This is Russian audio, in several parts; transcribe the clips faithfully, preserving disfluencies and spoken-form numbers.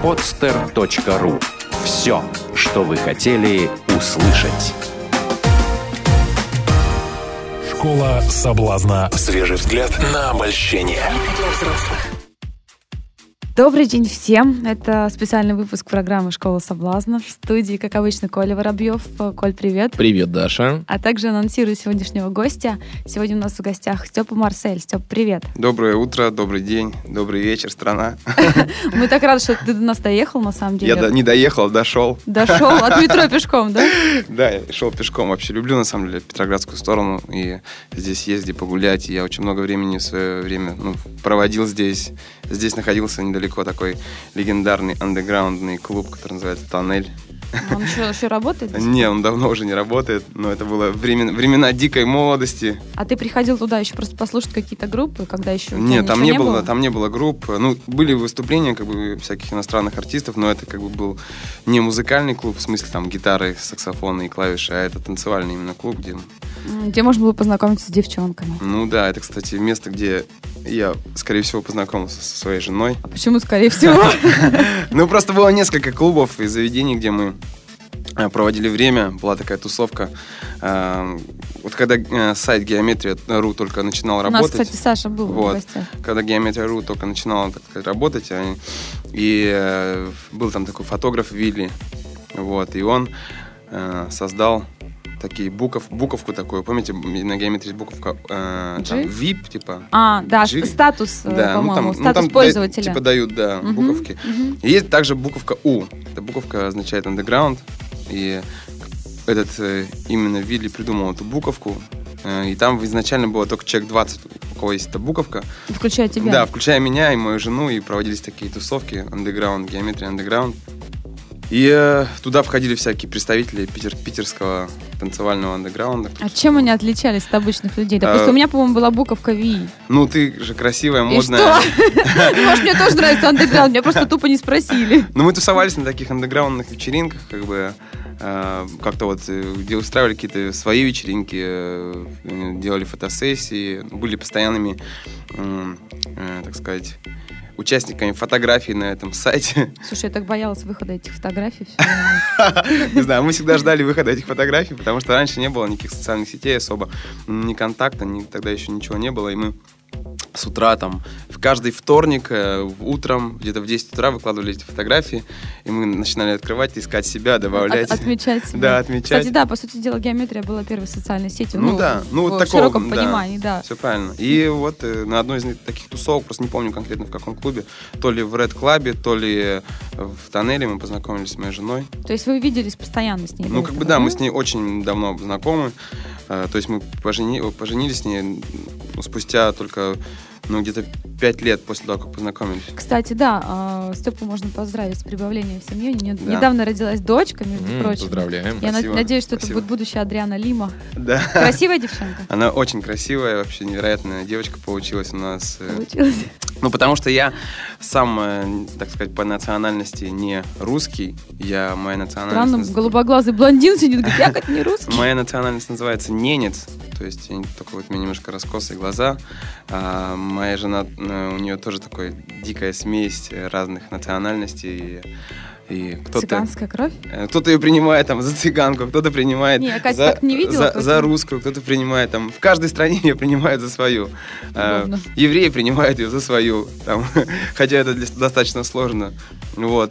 подстер точка ру. Все, что вы хотели услышать. Школа соблазна. Свежий взгляд на обольщение. Добрый день всем. Это специальный выпуск программы «Школа соблазна». В студии, как обычно, Коля Воробьев. Коль, привет. Привет, Даша. А также анонсирую сегодняшнего гостя. Сегодня у нас в гостях Степа Марсель. Степ, привет. Доброе утро, добрый день, добрый вечер, страна. Мы так рады, что ты до нас доехал, на самом деле. Я не доехал, дошел. Дошел от метро пешком, да? Да, я шел пешком. Вообще люблю, на самом деле, Петроградскую сторону. И здесь есть где погулять. И я очень много времени в свое время ну, проводил здесь. Здесь находился недалеко такой легендарный андеграундный клуб, который называется «Тоннель». Он еще, еще работает? Не, он давно уже не работает, но это было времена, времена дикой молодости. А ты приходил туда еще просто послушать какие-то группы, когда еще... Нет, там не было, было, там не было групп. Ну, были выступления как бы всяких иностранных артистов, но это как бы был не музыкальный клуб, в смысле там гитары, саксофоны и клавиши, а это танцевальный именно клуб, где... Где можно было познакомиться с девчонками. Ну да, это, кстати, место, где я, скорее всего, познакомился со своей женой. А почему скорее всего? Ну, просто было несколько клубов и заведений, где мы проводили время. Была такая тусовка. Вот когда сайт геометрия точка ру только начинал работать. У нас, кстати, Саша был в гостях. Когда геометрия точка ру только начинала, так сказать, работать, и был там такой фотограф Вилли. Вот, и он создал такие буков, буковку такую, помните, на геометрии есть буковка э, там, ви ай пи, типа. А, да, G. статус, да, по-моему, ну, там, статус ну, там пользователя. Да, типа дают, да, uh-huh, буковки. Uh-huh. И есть также буковка У. Эта буковка означает underground. И этот э, именно Вилли придумал эту буковку. Э, и там изначально было только человек двадцать, у кого есть эта буковка. Включая тебя? Да, включая меня и мою жену. И проводились такие тусовки, underground, геометрия underground. И э, туда входили всякие представители питер, питерского танцевального андеграунда. А чем они отличались от обычных людей? Да, а, просто у меня, по-моему, была буковка Ви. Ну, ты же красивая, модная. И что? Может, мне тоже нравится андеграунд, меня просто тупо не спросили. Ну, мы тусовались на таких андеграундных вечеринках, как бы, как-то вот, где устраивали какие-то свои вечеринки, делали фотосессии, были постоянными, так сказать, участниками фотографий на этом сайте. Слушай, я так боялась выхода этих фотографий. Не знаю, мы всегда ждали выхода этих фотографий, потому что раньше не было никаких социальных сетей особо, ни контакта, ни, тогда еще ничего не было, и мы с утра там, в каждый вторник, э, утром, где-то в десять утра выкладывали эти фотографии, и мы начинали открывать, искать себя, добавлять. От, отмечать себя. Да, отмечать. Кстати, да, по сути дела, геометрия была первой социальной сетью. Ну, ну да, ну в, вот в такого, широком да, понимании, да. Все правильно. И вот э, на одной из таких тусовок, просто не помню конкретно в каком клубе, то ли в Ред Клабе, то ли в Тоннеле мы познакомились с моей женой. То есть вы виделись постоянно с ней? Ну, как бы да, мы с ней очень давно знакомы. Э, то есть мы пожени, поженились с ней ну, спустя только... Ну, где-то пять лет после того, как познакомились. Кстати, да, Степу можно поздравить с прибавлением в семье. Да. Недавно родилась дочка, между Mm, прочим. Поздравляем. Я Спасибо. надеюсь, что Спасибо. это будет будущая Адриана Лима. Да. Красивая девчонка? Она очень красивая, вообще невероятная девочка получилась у нас. Получилось. Ну, потому что я сам, так сказать, по национальности не русский. Я, моя национальность... Странно, голубоглазый блондин сидит, говорит, я как не русский. Моя национальность называется ненец. То есть только вот у меня немножко раскосые глаза. А моя жена, у нее тоже такой дикая смесь разных национальностей. И кто-то, цыганская кровь? Кто-то ее принимает там за цыганку, кто-то принимает не, Катя за, так не видела, за, за русскую, кто-то принимает там... В каждой стране ее принимают за свою. А, евреи принимают ее за свою. Там, хотя это достаточно сложно. Вот.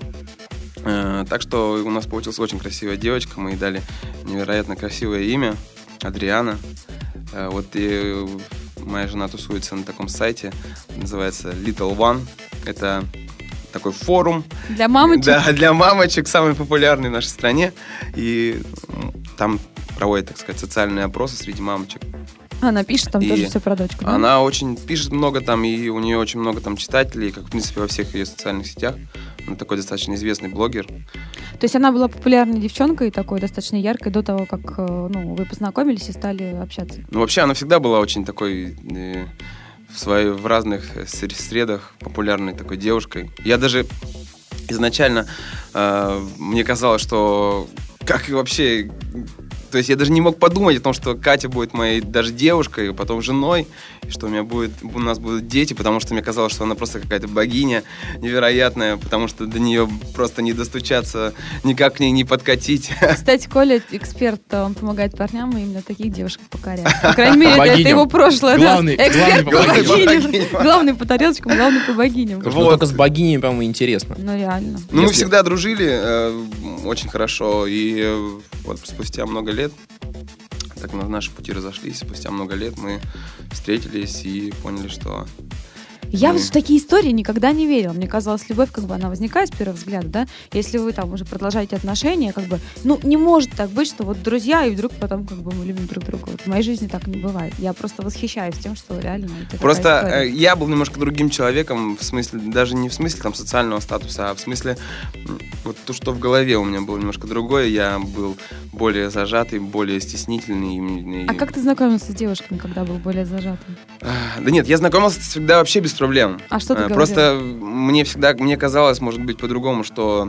А, так что у нас получилась очень красивая девочка. Мы ей дали невероятно красивое имя. Адриана. А, вот и моя жена тусуется на таком сайте. Называется Little One. Это... такой форум. Для мамочек? Да, для мамочек, самый популярный в нашей стране. И там проводят, так сказать, социальные опросы среди мамочек. Она пишет там и тоже все про дочку, да? Она очень пишет много там, и у нее очень много там читателей, как, в принципе, во всех ее социальных сетях. Она такой достаточно известный блогер. То есть она была популярной девчонкой, такой достаточно яркой до того, как ну, вы познакомились и стали общаться? Ну, вообще, она всегда была очень такой... Э, в, своей, в разных средах популярной такой девушкой. Я даже изначально э, мне казалось, что как вообще... То есть я даже не мог подумать о том, что Катя будет моей даже девушкой, потом женой. что у меня будет, у нас будут дети, потому что мне казалось, что она просто какая-то богиня невероятная, потому что до нее просто не достучаться, никак к ней не подкатить. Кстати, Коля эксперт, он помогает парням именно таких девушек покорять. По крайней мере, это его прошлое. Главный, эксперт главный по богиням. Главный по тарелочкам, главный по богиням. Вот. Только с богинями, по-моему, интересно. Ну, реально. Ну, мы всегда дружили э, очень хорошо, и э, вот спустя много лет, так наши пути разошлись, спустя много лет мы встретились и поняли, что... Я вот в такие истории никогда не верила. Мне казалось, любовь, как бы, она возникает с первого взгляда, да? Если вы там уже продолжаете отношения, как бы, ну, не может так быть, что вот друзья, и вдруг потом, как бы, мы любим друг друга. Вот в моей жизни так не бывает. Я просто восхищаюсь тем, что реально это Просто я был немножко другим человеком, в смысле, даже не в смысле там социального статуса, а в смысле, вот то, что в голове у меня было немножко другое. Я был более зажатый, более стеснительный. А как ты знакомился с девушками, когда был более зажатым? Да нет, я знакомился всегда вообще без проблем. А что ты говорил? Просто мне всегда, мне казалось, может быть, по-другому, что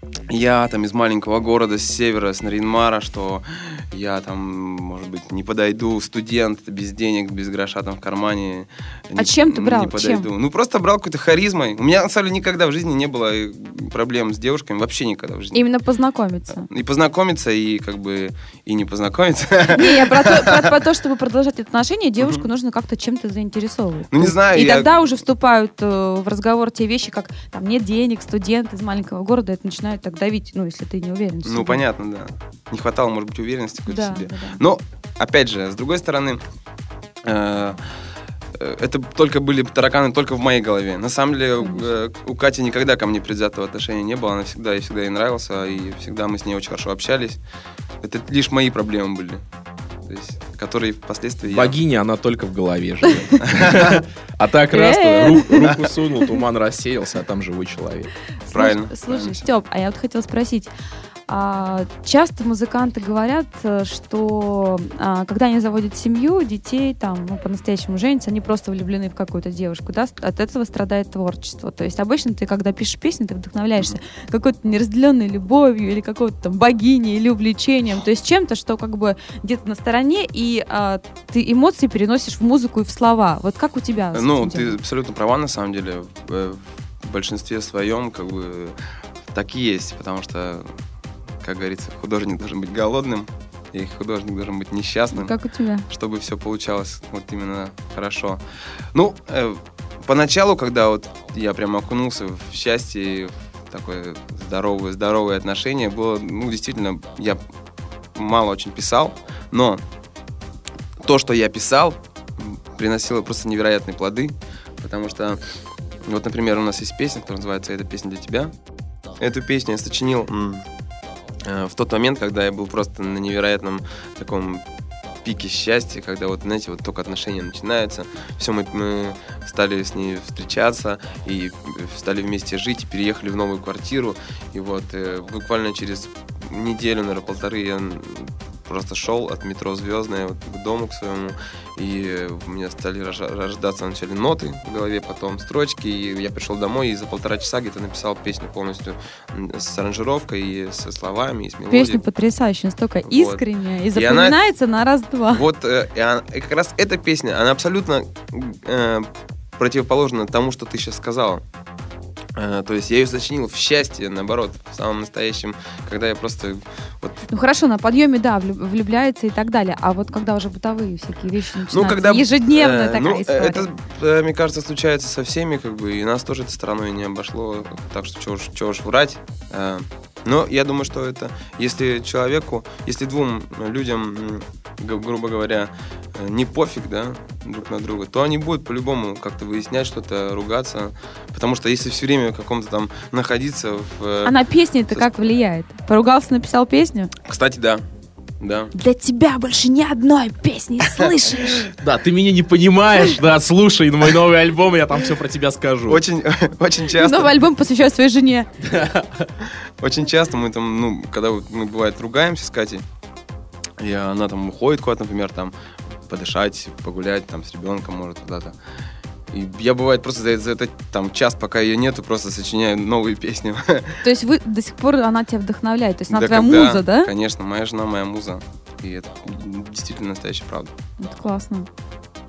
я там из маленького города, с севера, с Нарьян-Мара, что я там, может быть, не подойду, студент, без денег, без гроша там в кармане. А не, чем ты брал? Не подойду. Чем? Ну, просто брал какой-то харизмой. У меня, на самом деле, никогда в жизни не было проблем с девушками, вообще никогда в жизни. Именно познакомиться? И познакомиться, и как бы и не познакомиться. Не, я про то, про, про то, чтобы продолжать отношения, девушку нужно как-то чем-то заинтересовывать. Ну, не знаю. И я... тогда уже вступают э, в разговор те вещи, как там нет денег, студент из маленького города, это начинает так давить, ну, если ты не уверен в себе. Ну, понятно, да. Не хватало, может быть, уверенности какой-то да, в себе. Да, да. Но, опять же, с другой стороны, э, это только были тараканы только в моей голове. На самом деле, э, у Кати никогда ко мне предвзятого отношения не было. Она всегда, я всегда ей нравился, и всегда мы с ней очень хорошо общались. Это лишь мои проблемы были. То есть, которые впоследствии... Богиня, я... она только в голове живет. А так раз руку сунул, туман рассеялся, а там живой человек. Правильно. Слушай, Степ, а я вот хотела спросить. А, часто музыканты говорят, что а, когда они заводят семью, детей, там, ну, по-настоящему женятся, они просто влюблены в какую-то девушку, да, от этого страдает творчество. То есть обычно ты, когда пишешь песню, ты вдохновляешься mm-hmm. какой-то неразделенной любовью или какой-то там богиней или увлечением, то есть чем-то, что как бы где-то на стороне, и а, ты эмоции переносишь в музыку и в слова. Вот как у тебя? Ну, ты абсолютно права, на самом деле. В, в большинстве своем как бы так и есть, потому что, как говорится, художник должен быть голодным, и художник должен быть несчастным. Как у тебя? Чтобы все получалось вот именно хорошо. Ну, э, поначалу, когда вот я прямо окунулся в счастье, в такое здоровое, здоровое отношение, было, ну, действительно, я мало очень писал, но то, что я писал, приносило просто невероятные плоды, потому что, вот, например, у нас есть песня, которая называется «Это песня для тебя». Эту песню я сочинил в тот момент, когда я был просто на невероятном таком пике счастья, когда вот, знаете, вот только отношения начинаются, все, мы, мы стали с ней встречаться и стали вместе жить, и переехали в новую квартиру, и вот э, буквально через неделю, наверное, полторы я просто шел от метро «Звездная» вот к дому к своему, и у меня стали рождаться вначале ноты в голове, потом строчки, и я пришел домой и за полтора часа где-то написал песню полностью с аранжировкой, и со словами, и с мелодией. Песня потрясающая, настолько вот. Искренняя, и запоминается и она, на раз-два. Вот, э, и, она, и как раз эта песня, она абсолютно э, противоположна тому, что ты сейчас сказала. То есть я ее сочинил в счастье, наоборот, в самом настоящем, когда я просто... Вот... Ну хорошо, на подъеме, да, влюбляется и так далее, а вот когда уже бытовые всякие вещи начинаются, ну, когда, ежедневная э, такая ну, история. Это, мне кажется, случается со всеми, как бы, и нас тоже это стороной не обошло, так что чего уж, чего уж врать. Но я думаю, что это, если человеку, если двум людям, грубо говоря, не пофиг, да, друг на друга, то они будут по-любому как-то выяснять что-то, ругаться, потому что если все время в каком-то там находиться в... А на песни-то как влияет? Поругался, написал песню? Кстати, да. Да. Для тебя больше ни одной песни, слышишь? Да, ты меня не понимаешь, да, слушай мой новый альбом, я там все про тебя скажу. Очень, очень часто. Новый альбом посвящаю своей жене. Очень часто мы там, ну, когда мы, бывает, ругаемся с Катей, и она там уходит куда-то, например, там, подышать, погулять, там, с ребенком, может, куда-то. И я, бывает, просто за, за этот там, час, пока ее нету, просто сочиняю новые песни. То есть вы до сих пор она тебя вдохновляет? То есть она да, твоя когда, муза, да? Конечно, моя жена моя муза. И это действительно настоящая правда. Это классно.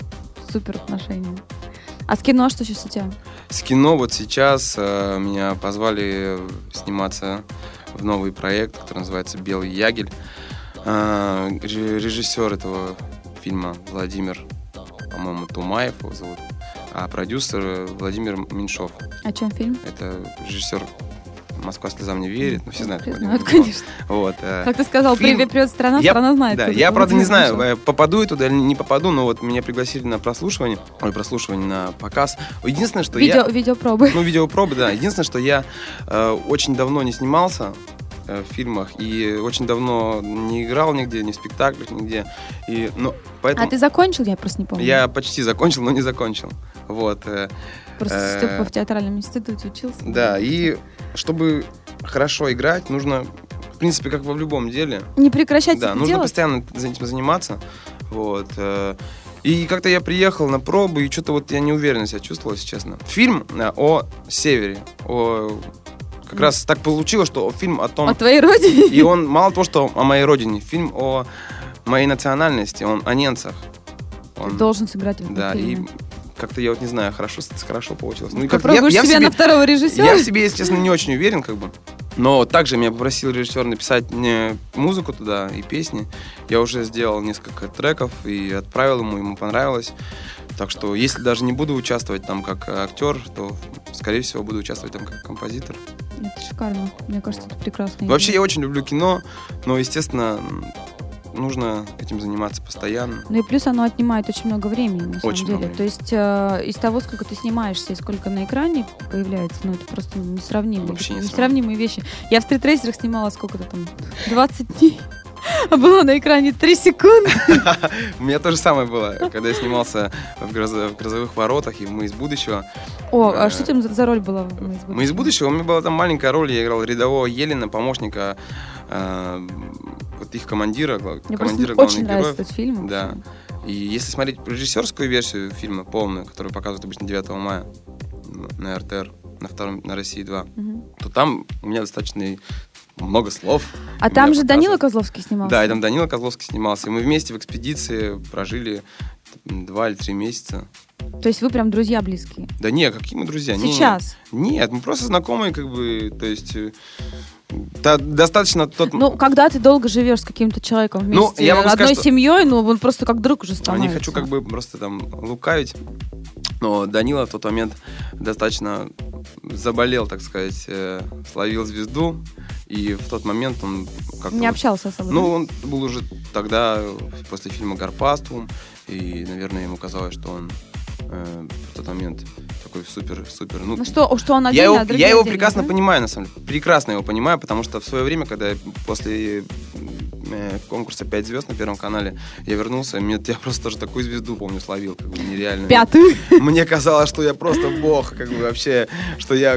супер отношения. А с кино что сейчас у тебя? С кино вот сейчас э, меня позвали сниматься в новый проект, который называется «Белый ягель». Э, режиссер этого фильма Владимир, по-моему, Тумаев его зовут, а продюсер Владимир Меньшов. О чем фильм? Это режиссер «Москва слезам не верит». Ну, все знают. Знают, конечно. Вот, э, как ты сказал, фильм... «Привет, привет, страна», я, страна знает. Да, я, правда, не знаю, Меньшов. Попаду я туда или не попаду, но вот меня пригласили на прослушивание, ой, прослушивание, на показ. Единственное, что Видео, я... Видеопробы. Ну, видеопробы, да. Единственное, что я э, очень давно не снимался э, в фильмах и очень давно не играл нигде, ни в спектаклях, нигде. И, ну, поэтому... А ты закончил? Я просто не помню. Я почти закончил, но не закончил. Вот. Э, просто э, Степа в театральном институте учился. Да, и чтобы хорошо играть, нужно, в принципе, как во любом деле. Не прекращать да, это нужно делать. постоянно этим заниматься. Вот. И как-то я приехал на пробы, и что-то вот я неуверенно себя чувствовал, если честно. Фильм о севере, о... Как mm. раз так получилось, что фильм о том... О твоей родине? И он мало того, что о моей родине, фильм о моей национальности, он о немцах. Он... Ты должен сыграть в этом да, фильме. И как-то я вот не знаю, хорошо, хорошо получилось. Ну, попробуешь я, я себя себе, на второго режиссера? Я в себе, если честно, не очень уверен, как бы. Но также меня попросил режиссер написать мне музыку туда и песни. Я уже сделал несколько треков и отправил ему, ему понравилось. Так что, если даже не буду участвовать там как актер, то, скорее всего, буду участвовать там как композитор. Это шикарно. Мне кажется, это прекрасно. Вообще, я очень люблю кино, но, естественно, нужно этим заниматься постоянно. Ну и плюс оно отнимает очень много времени, на самом очень деле. много То есть э, из того, сколько ты снимаешься и сколько на экране появляется, ну это просто несравнимые, Вообще не несравнимые вещи. Я в стритрейсерах снимала сколько-то там, двадцать дней. А было на экране три секунды. У меня то же самое было, когда я снимался в «Грозовых воротах» и в «Мы из будущего». О, а что там за роль была в «Мы из будущего»? «Мы из будущего», у меня была там маленькая роль, я играл рядового Елена, помощника вот их командира, Мне командира очень главных героев. нравится этот фильм. Да. И если смотреть режиссерскую версию фильма полную, которую показывают обычно девятого мая на эр тэ эр, на втором, на России два, угу. то там у меня достаточно много слов. А там же Данила Козловский снимался? Да, и там Данила Козловский снимался. И мы вместе в экспедиции прожили два или три месяца. То есть вы прям друзья близкие? Да не, какие мы друзья? Сейчас? Не, нет, мы просто знакомые, как бы, то есть... Да, достаточно тот... Ну, когда ты долго живешь с каким-то человеком вместе, ну, я могу одной сказать, семьей, ну, он просто как друг уже становится. Не хочу как бы просто там лукавить, но Данила в тот момент достаточно заболел, так сказать, э, словил звезду, и в тот момент он как-то... Не общался особо? Ну, он был уже тогда, после фильма «Гарпастум», и, наверное, ему казалось, что он э, в тот момент... такой супер-супер. Ну, ну что, что он отдельно, я его, я его отдельно, прекрасно да? понимаю, на самом деле. Прекрасно его понимаю, потому что в свое время, когда я после э, конкурса «Пять звезд» на Первом канале я вернулся, мне, я просто тоже такую звезду, помню, словил, как бы нереально. Пятую? Мне казалось, что я просто бог, как бы вообще, что я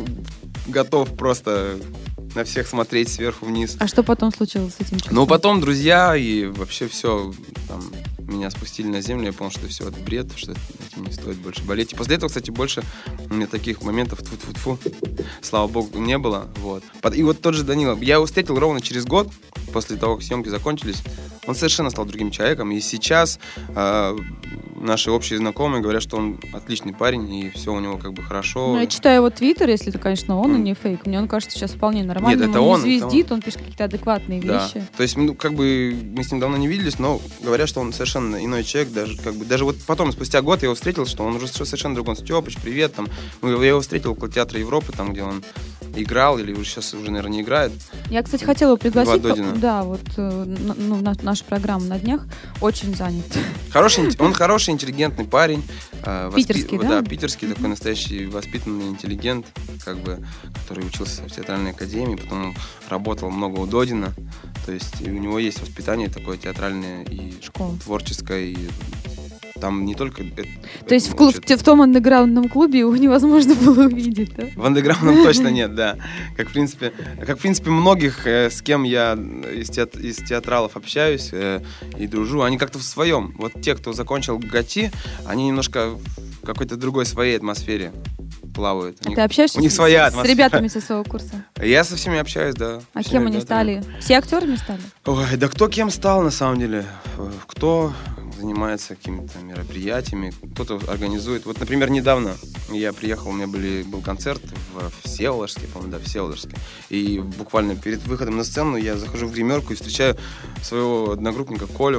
готов просто на всех смотреть сверху вниз. А что потом случилось с этим чувством? Ну, потом друзья и вообще все, там, меня спустили на землю, я понял, что все, это бред, что этим не стоит больше болеть. И после этого, кстати, больше у меня таких моментов, тьфу-тьфу-тьфу, слава богу, не было. Вот. И вот тот же Данила, я его встретил ровно через год, после того, как съемки закончились, он совершенно стал другим человеком, и сейчас э, наши общие знакомые говорят, что он отличный парень, и все у него как бы хорошо. Ну, я читаю его твиттер, если это, конечно, он, mm. а не фейк. Мне он кажется сейчас вполне нормальным. Нет, это он, он не звездит, это он. он пишет какие-то адекватные да. вещи. То есть, ну, как бы мы с ним давно не виделись, но говорят, что он совершенно иной человек, даже как бы даже вот потом, спустя год я его встретил, что он уже совершенно другой. Он Степыч, привет, там, ну, я его встретил около Театра Европы, там, где он играл, или уже сейчас уже, наверное, не играет. Я, кстати, хотела его пригласить, Додина. Да, вот, ну, на, нашу программу на днях, очень занят. Хороший, он хороший, интеллигентный парень. Питерский, воспи... да? Да, питерский, такой настоящий воспитанный интеллигент, как бы, который учился в театральной академии, потом работал много у Додина. То есть и у него есть воспитание такое театральное и Школа. Творческое, и там не только... Это, То есть в, клуб, в том андеграундном клубе его невозможно было увидеть, да? В андеграундном точно нет, да. Как, в принципе, как, в принципе, многих, э, с кем я из, теат, из театралов общаюсь э, и дружу, они как-то в своем. Вот те, кто закончил ГАТИ, они немножко в какой-то другой своей атмосфере плавают. А них, ты общаешься у них с, своя с ребятами со своего курса? Я со всеми общаюсь, да. А кем они стали? Все актерами стали? Ой, да кто кем стал, на самом деле? Кто... занимается какими-то мероприятиями, кто-то организует. Вот, например, недавно я приехал, у меня были, был концерт в Всеволожске, по-моему, да, в Всеволожске. И буквально перед выходом на сцену я захожу в гримерку и встречаю своего одногруппника Колю.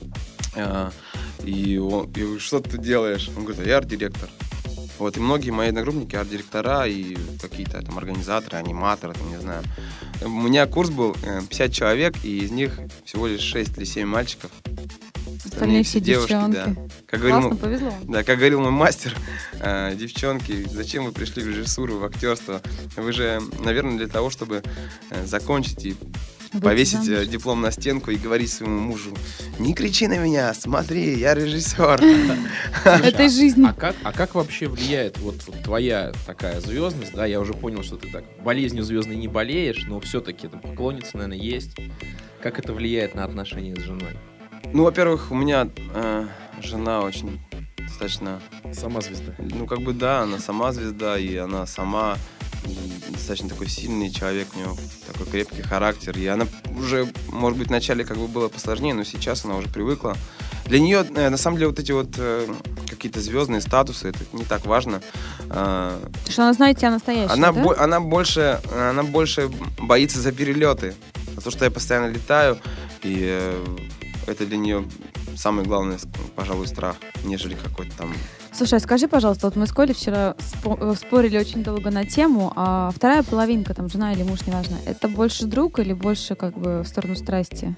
И он, я говорю, что ты делаешь? Он говорит, а я арт-директор. Вот, и многие мои одногруппники арт-директора и какие-то там организаторы, аниматоры, там, не знаю. У меня курс был пятьдесят человек, и из них всего лишь шесть или семь мальчиков. Остальные все девушки, девчонки. Да. Как говорил, классно, повезло. Да, как говорил мой мастер, э, девчонки, зачем вы пришли в режиссуру, в актерство? Вы же, наверное, для того, чтобы э, закончить и повесить э, диплом на стенку и говорить своему мужу: не кричи на меня, смотри, я режиссер. Этой жизни. А как, а как вообще влияет вот, вот твоя такая звездность? Да, я уже понял, что ты так болезнью звездной не болеешь, но все-таки там поклонница, наверное, есть. Как это влияет на отношения с женой? Ну, во-первых, у меня э, жена очень достаточно... Сама звезда. Ну, как бы да, она сама звезда, и она сама достаточно такой сильный человек, у нее такой крепкий характер. И она уже, может быть, вначале как бы было посложнее, но сейчас она уже привыкла. Для нее, э, на самом деле, вот эти вот э, какие-то звездные статусы, это не так важно. Э, что она знает тебя настоящая, она, да? бо- она, больше, она больше боится за перелеты. За то, что я постоянно летаю, и... Э, это для нее самый главный, пожалуй, страх, нежели какой-то там... Слушай, скажи, пожалуйста, вот мы с Колей вчера спо- спорили очень долго на тему, а вторая половинка, там, жена или муж, неважно, это больше друг или больше как бы в сторону страсти?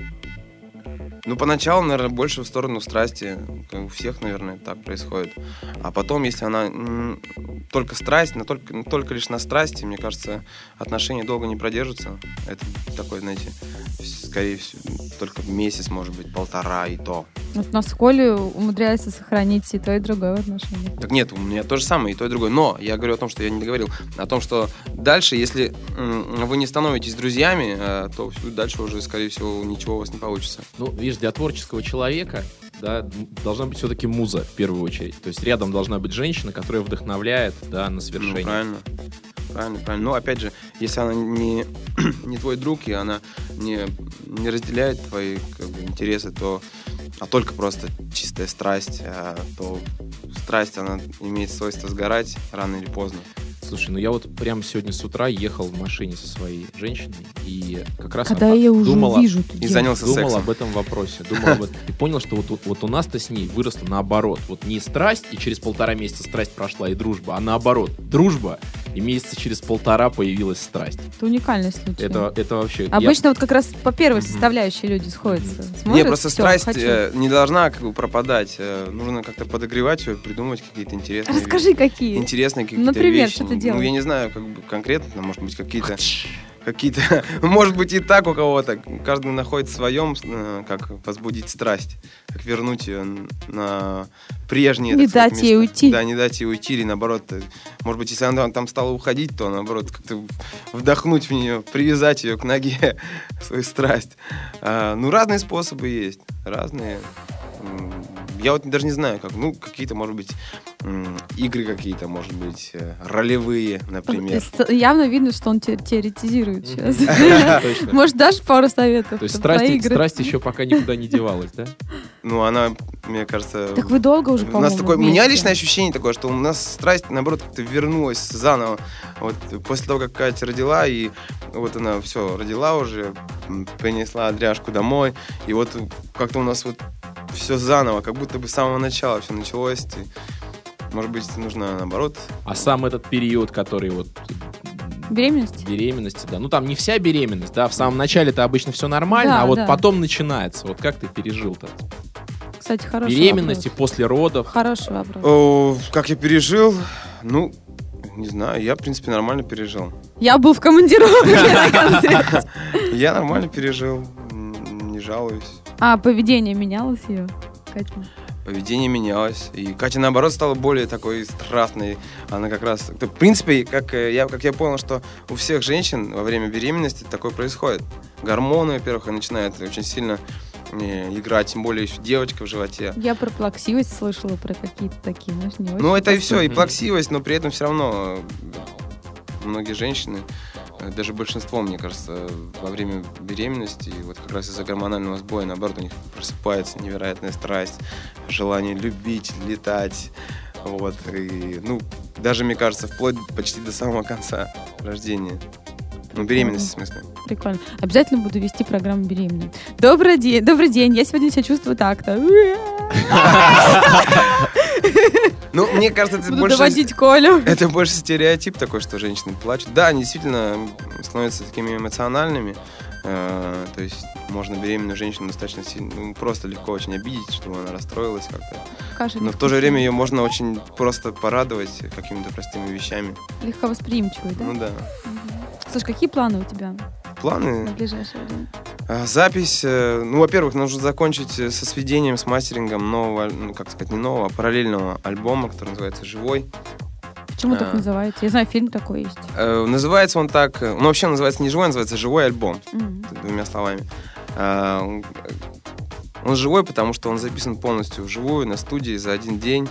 Ну, поначалу, наверное, больше в сторону страсти. Как у всех, наверное, так происходит. А потом, если она м- только страсть, но только, только лишь на страсти, мне кажется, отношения долго не продержатся. Это такой, знаете, скорее всего, только месяц, может быть, полтора и то. Вот у нас Коля умудряется сохранить и то, и другое в отношениях. Так нет, у меня то же самое, и то, и другое. Но я говорю о том, что я не договорил. О том, что дальше, если м- вы не становитесь друзьями, э, то дальше уже, скорее всего, ничего у вас не получится. Ну, видишь, для творческого человека, да, должна быть все-таки муза в первую очередь. То есть рядом должна быть женщина, которая вдохновляет, да, на свершение. Ну, правильно. Правильно, правильно. Но опять же, если она не, не твой друг, и она не, не разделяет твои как бы, интересы, то, а только просто чистая страсть, а, то страсть, она имеет свойство сгорать рано или поздно. Слушай, ну я вот прямо сегодня с утра ехал в машине со своей женщиной и как раз когда я уже думала, вижу, и занялся думал сексом. об этом вопросе. Думал об этом. И понял, что вот, вот у нас-то с ней выросло наоборот. Вот не страсть, и через полтора месяца страсть прошла, и дружба, а наоборот. Дружба, и месяца через полтора появилась страсть. Это уникальный случай. Это, это вообще... Обычно я... вот как раз по первой составляющей люди сходятся. Смотрят, Не, просто всё, страсть хочу. э, не должна как бы пропадать. Э, нужно как-то подогревать ее, придумывать какие-то интересные Расскажи, какие. Интересные какие-то Например, вещи. что ты Ну, делаешь? я не знаю, как бы конкретно, может быть, какие-то... Какие-то, может быть, и так у кого-то. Каждый находит в своем, э, как возбудить страсть, как вернуть ее на прежние... Не так сказать, дать ей места. уйти. Да, не дать ей уйти, или наоборот, э, может быть, если она там стала уходить, то, наоборот, как-то вдохнуть в нее, привязать ее к ноге, свою страсть. А, ну, разные способы есть, разные. Я вот даже не знаю, как, ну, какие-то, может быть, игры какие-то, может быть, ролевые, например. Явно видно, что он те- теоретизирует сейчас. Точно. Может, дашь пару советов? То есть про страсть, игры? страсть еще пока никуда не девалась, да? Ну, она, мне кажется... Так вы долго уже, у по-моему, нас такое, у меня вместе. личное ощущение такое, что у нас страсть, наоборот, как-то вернулась заново. Вот после того, как Катя родила, и вот она все, родила уже, м, принесла Андряшку домой, и вот как-то у нас вот все заново, как будто бы с самого начала все началось. И, может быть, нужно наоборот. А сам этот период, который вот... Беременность? Беременности, да. Ну, там не вся беременность, да. В самом начале-то обычно все нормально, Да, а вот да. потом начинается. Вот как ты пережил-то? Кстати, хороший Беременности вопрос. после родов. Хороший вопрос. О, как я пережил? Ну, не знаю, я, в принципе, нормально пережил. Я был в командировке на концерте. Я нормально пережил, м, не жалуюсь. А, поведение менялось ее, Катя? Поведение менялось. И Катя, наоборот, стала более такой страстной. Она как раз... В принципе, как я, как я понял, что у всех женщин во время беременности такое происходит. Гормоны, во-первых, начинают очень сильно э, играть, тем более еще девочка в животе. Я про плаксивость слышала, про какие-то такие, знаешь, не очень. Ну, это и все, и Мгм. плаксивость, но при этом все равно многие женщины даже большинство, мне кажется, во время беременности, вот как раз из-за гормонального сбоя, наоборот, у них просыпается невероятная страсть, желание любить, летать. Вот. И, ну, даже, мне кажется, вплоть почти до самого конца рождения. Ну, беременности, в смысле. Прикольно. Обязательно буду вести программу «Беременная». Добрый день, добрый день. Я сегодня себя чувствую так-то. Ну, мне кажется, это Буду больше... доводить Колю. Это больше стереотип такой, что женщины плачут. Да, они действительно становятся такими эмоциональными. Э, то есть можно беременную женщину достаточно сильно, ну, просто легко очень обидеть, чтобы она расстроилась как-то. Каша Но в то же время ее можно очень просто порадовать какими-то простыми вещами. Легко восприимчивый, да? Ну да. Угу. Слушай, какие планы у тебя Планы? на ближайшее время? А, запись. э, Ну, во-первых, нужно закончить э, со сведением, с мастерингом нового, ну, как сказать, не нового, а параллельного альбома, который называется «Живой». Почему так А. называется? Я знаю, фильм такой есть. Э, Называется он так... э, Он вообще называется не «Живой», он называется «Живой альбом». Мгм. Двумя словами. А, Он он живой, потому что он записан полностью вживую, на студии, за один день,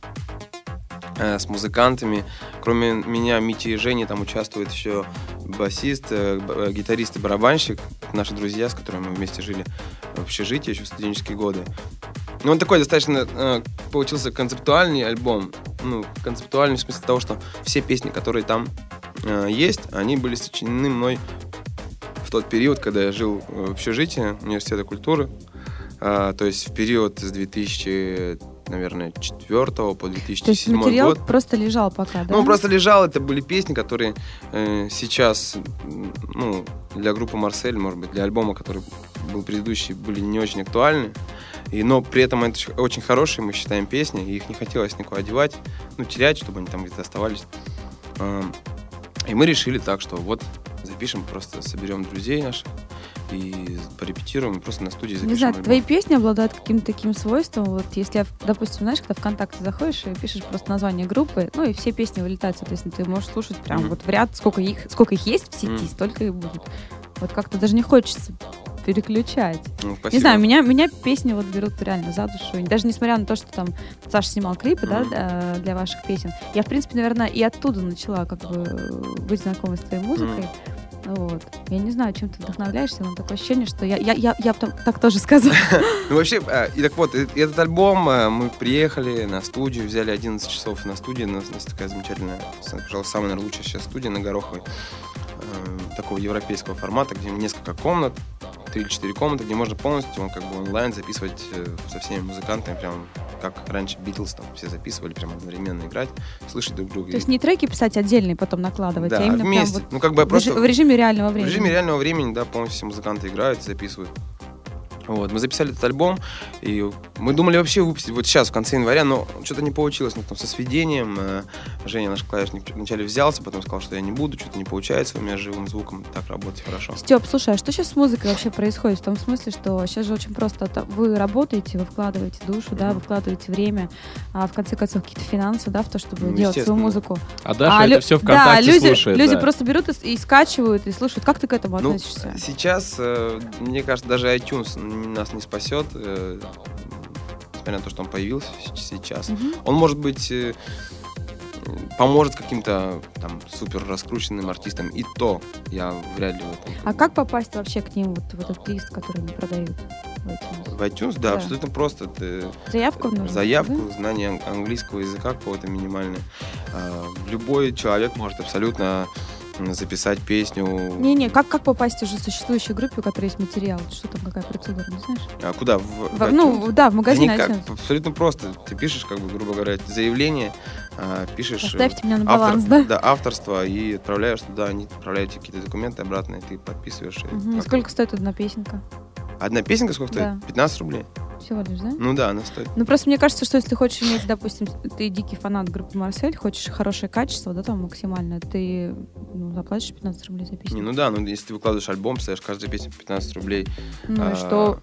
э, с музыкантами. Кроме меня, Мити и Жени, там участвует еще басист, э, б- э, гитарист и барабанщик. Это наши друзья, с которыми мы вместе жили в общежитии еще в студенческие годы. Ну, он такой достаточно э, получился концептуальный альбом. Ну, концептуальный в смысле того, что все песни, которые там э, есть, они были сочинены мной в тот период, когда я жил в общежитии университета культуры. А, то есть в период с две тысячи, наверное, четвёртого по две тысячи То есть седьмой материал год. просто лежал пока, да? Ну, он просто лежал, это были песни, которые э, сейчас, м, ну, для группы «Марсель», может быть, для альбома, который был предыдущий, были не очень актуальны. И, но при этом это ч- очень хорошие, мы считаем, песни, и их не хотелось никуда одевать, ну, терять, чтобы они там где-то оставались. А, и мы решили так, что вот запишем, просто соберем друзей наших и порепетируем, и просто на студии запишем Не знаю, альбом. твои песни обладают каким-то таким свойством. Вот если, я, допустим, знаешь, когда ВКонтакте заходишь и пишешь просто название группы, ну и все песни вылетают, соответственно, ты можешь слушать прям Мгм. вот в ряд, сколько их, сколько их есть в сети, Мгм. столько и будет. Вот как-то даже не хочется переключать. Ну, спасибо. Не знаю, меня, меня песни вот берут реально за душу. И даже несмотря на то, что там Саша снимал клипы, Мгм. да, для ваших песен, я, в принципе, наверное, и оттуда начала как бы быть знакомой с твоей музыкой. Вот. Я не знаю, чем ты вдохновляешься, но такое ощущение, что я, я, я, я бы там- так тоже сказала. Ну, вообще, а, и так вот, и- и этот альбом, а, мы приехали на студию, взяли одиннадцать часов на студии, у нас, у нас такая замечательная, с- пожалуй, самая, наверное, лучшая сейчас студия на Гороховой, э, такого европейского формата, где несколько комнат, три или четыре комнаты, где можно полностью, как бы, онлайн записывать э, со всеми музыкантами, прям как раньше Битлз там все записывали, прям одновременно играть, слышать друг друга. То есть не треки писать отдельные, потом накладывать, Да, а именно вместе. прям вот Ну, как бы в, просто... режи- в режиме реального В времени. режиме реального времени, да, полностью все музыканты играют, записывают. Вот, мы записали этот альбом, и мы думали вообще выпустить вот сейчас, в конце января, но что-то не получилось, ну, там, со сведением. э, Женя, наш клавишник, вначале взялся, потом сказал, что я не буду, что-то не получается у меня с живым звуком так работать хорошо. Степ, слушай, а что сейчас с музыкой вообще происходит? В том смысле, что сейчас же очень просто та- вы работаете, вы вкладываете душу, да, Мгм. вы вкладываете время, а в конце концов какие-то финансы, да, в то, чтобы Ну, делать свою естественно. музыку. А Даша А это лю- все да, ВКонтакте люди, слушает. люди да. просто берут и, и скачивают, и слушают. Как ты к этому Ну, относишься? сейчас, э, мне кажется, даже iTunes н- нас не спасет, э, несмотря на то, что он появился с- сейчас. Мгм. Он, может быть, э, поможет каким-то там супер раскрученным артистам, и то я вряд ли в этом. А как попасть вообще к ним, вот в этот лист, который они продают в iTunes? В iTunes, да, Да. абсолютно просто. Ты Заявку нужно? заявку, да? знание ан- английского языка какого-то минимальное. А, Любой человек может абсолютно м, записать песню. Не-не, как, как попасть уже в существующую группу, у которой есть материал? Что там, какая процедура, не знаешь? А куда? В, в В- ну, iTunes? да, в Да магазин никак, iTunes. абсолютно просто. Ты пишешь, как бы, грубо говоря, заявление, а, пишешь э, Поставьте меня на автор- баланс, да? Да, авторство, и отправляешь туда, они отправляют тебе какие-то документы обратно, и ты подписываешь. и Мгм. И как- сколько стоит одна песенка? Одна песенка сколько Да. стоит? пятнадцать рублей. Всего лишь, да? Ну да, она стоит. Ну, просто мне кажется, что если хочешь иметь, допустим, ты дикий фанат группы «Марсель», хочешь хорошее качество, да, там максимальное, ты ну, заплатишь пятнадцать рублей за песню. Не, ну да, ну если ты выкладываешь альбом, ставишь каждую песню по пятнадцать рублей. Ну, и а, что?